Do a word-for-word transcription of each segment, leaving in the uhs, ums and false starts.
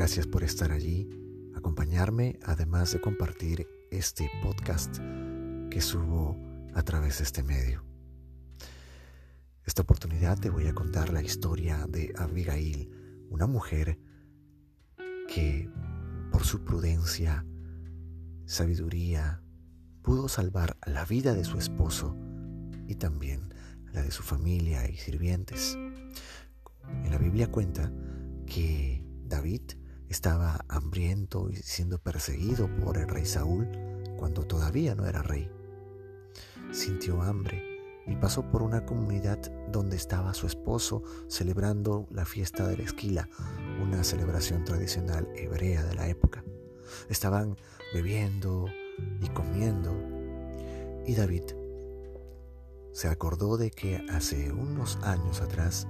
Gracias por estar allí, acompañarme, además de compartir este podcast que subo a través de este medio. Esta oportunidad te voy a contar la historia de Abigail, una mujer que por su prudencia, sabiduría, pudo salvar la vida de su esposo y también la de su familia y sirvientes. En la Biblia cuenta que David estaba hambriento y siendo perseguido por el rey Saúl cuando todavía no era rey. Sintió hambre y pasó por una comunidad donde estaba su esposo celebrando la fiesta de la esquila, una celebración tradicional hebrea de la época. Estaban bebiendo y comiendo y David se acordó de que hace unos años atrás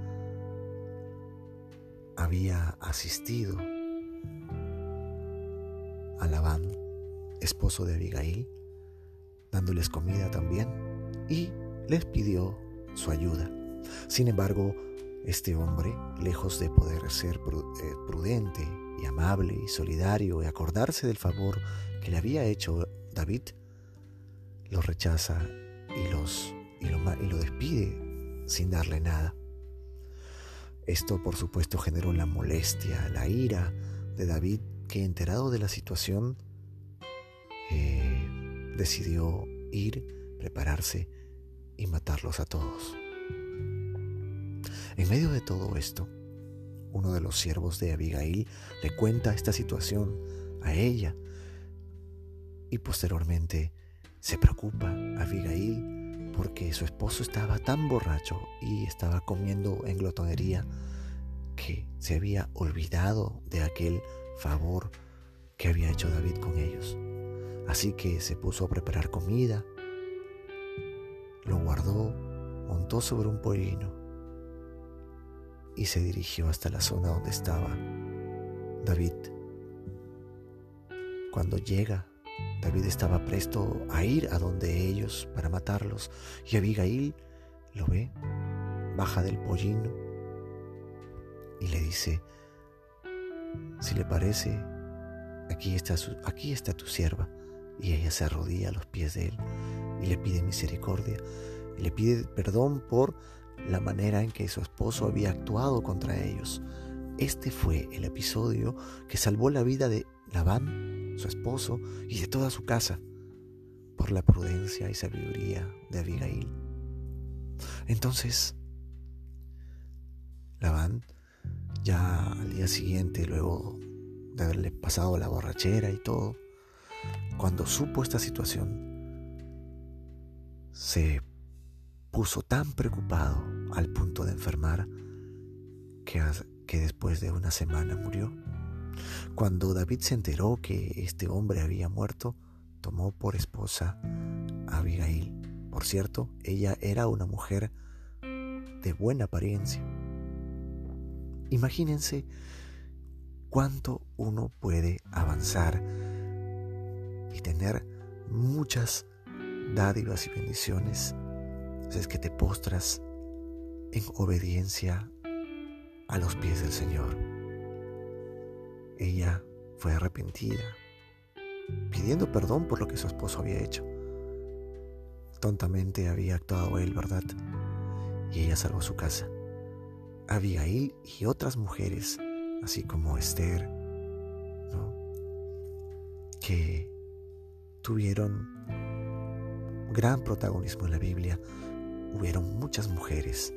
había asistido a Labán, esposo de Abigail, dándoles comida también, y les pidió su ayuda. Sin embargo, este hombre, lejos de poder ser prudente y amable y solidario y acordarse del favor que le había hecho David, lo rechaza y, los, y, lo, y lo despide sin darle nada. Esto, por supuesto, generó la molestia, la ira de David, que enterado de la situación, eh, decidió ir, prepararse y matarlos a todos. En medio de todo esto, uno de los siervos de Abigail le cuenta esta situación a ella y posteriormente se preocupa Abigail porque su esposo estaba tan borracho y estaba comiendo en glotonería que se había olvidado de aquel favor que había hecho David con ellos. Así que se puso a preparar comida, lo guardó, montó sobre un pollino y se dirigió hasta la zona donde estaba David. Cuando llega, David estaba presto a ir a donde ellos para matarlos, y Abigail lo ve, baja del pollino y le dice: si le parece, aquí está, su, aquí está tu sierva. Y ella se arrodilla a los pies de él y le pide misericordia y le pide perdón por la manera en que su esposo había actuado contra ellos. Este fue el episodio que salvó la vida de Labán, su esposo, y de toda su casa, por la prudencia y sabiduría de Abigail. Entonces, Labán, ya al día siguiente, luego de haberle pasado la borrachera y todo, cuando supo esta situación, se puso tan preocupado al punto de enfermar que, que después de una semana murió. Cuando David se enteró que este hombre había muerto, tomó por esposa a Abigail. Por cierto, ella era una mujer de buena apariencia. Imagínense cuánto uno puede avanzar y tener muchas dádivas y bendiciones si es que te postras en obediencia a los pies del Señor. Ella fue arrepentida, pidiendo perdón por lo que su esposo había hecho. Tontamente había actuado él, ¿verdad? Y ella salvó su casa. Abigail y otras mujeres, así como Esther, ¿no?, que tuvieron gran protagonismo en la Biblia. Hubieron muchas mujeres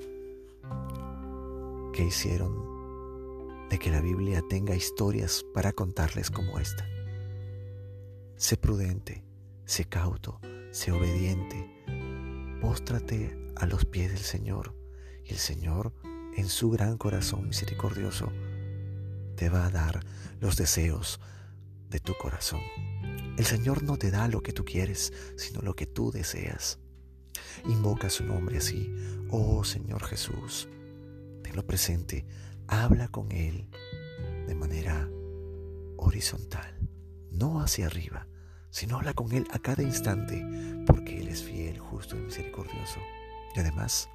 que hicieron de que la Biblia tenga historias para contarles como esta. Sé prudente, sé cauto, sé obediente. Póstrate a los pies del Señor, y el Señor, en su gran corazón misericordioso, te va a dar los deseos de tu corazón. El Señor no te da lo que tú quieres, sino lo que tú deseas. Invoca su nombre así: oh Señor Jesús. Tenlo presente, habla con Él de manera horizontal, no hacia arriba, sino habla con Él a cada instante, porque Él es fiel, justo y misericordioso. Y además,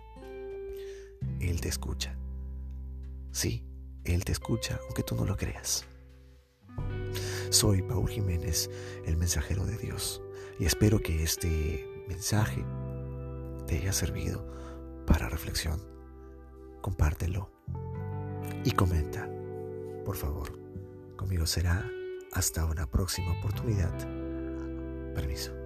Él te escucha. Sí, Él te escucha, aunque tú no lo creas. Soy Paul Jiménez, el mensajero de Dios, y espero que este mensaje te haya servido para reflexión. Compártelo y comenta, por favor. Conmigo será hasta una próxima oportunidad. Permiso.